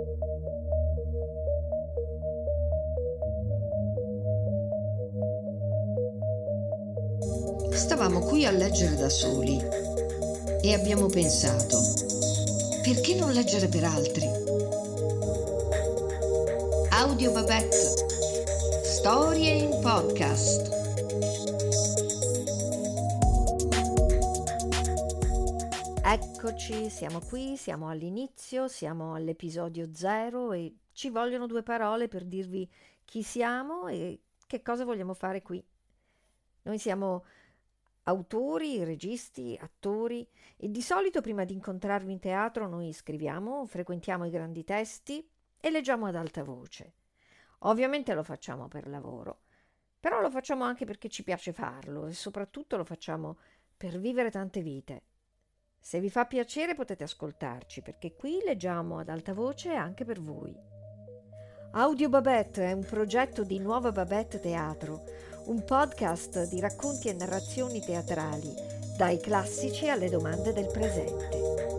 Stavamo qui a leggere da soli e abbiamo pensato, perché non leggere per altri? Audio Babette, storie in podcast. Eccoci, siamo qui, siamo all'inizio, siamo all'episodio 0 e ci vogliono 2 parole per dirvi chi siamo e che cosa vogliamo fare qui. Noi siamo autori, registi, attori e di solito prima di incontrarvi in teatro noi scriviamo, frequentiamo i grandi testi e leggiamo ad alta voce. Ovviamente lo facciamo per lavoro, però lo facciamo anche perché ci piace farlo e soprattutto lo facciamo per vivere tante vite. Se vi fa piacere potete ascoltarci perché qui leggiamo ad alta voce anche per voi. Audio Babette è un progetto di Nuova Babette Teatro, un podcast di racconti e narrazioni teatrali, dai classici alle domande del presente.